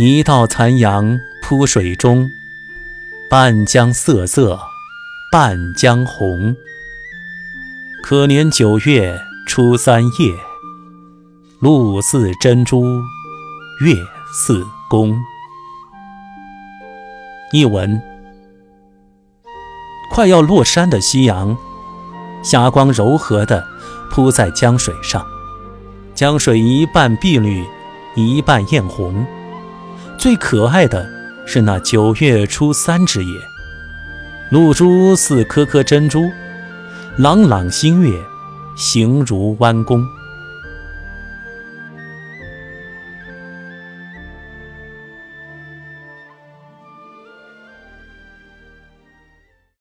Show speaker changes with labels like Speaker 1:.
Speaker 1: 一道残阳铺水中，半江瑟瑟半江红。可怜9月初3夜，露似珍珠月似弓。译文：快要落山的夕阳，霞光柔和地铺在江水上，江水一半碧绿，一半艳红。最可爱的是那9月初3之夜，露珠似颗颗珍珠，朗朗星月形如弯弓。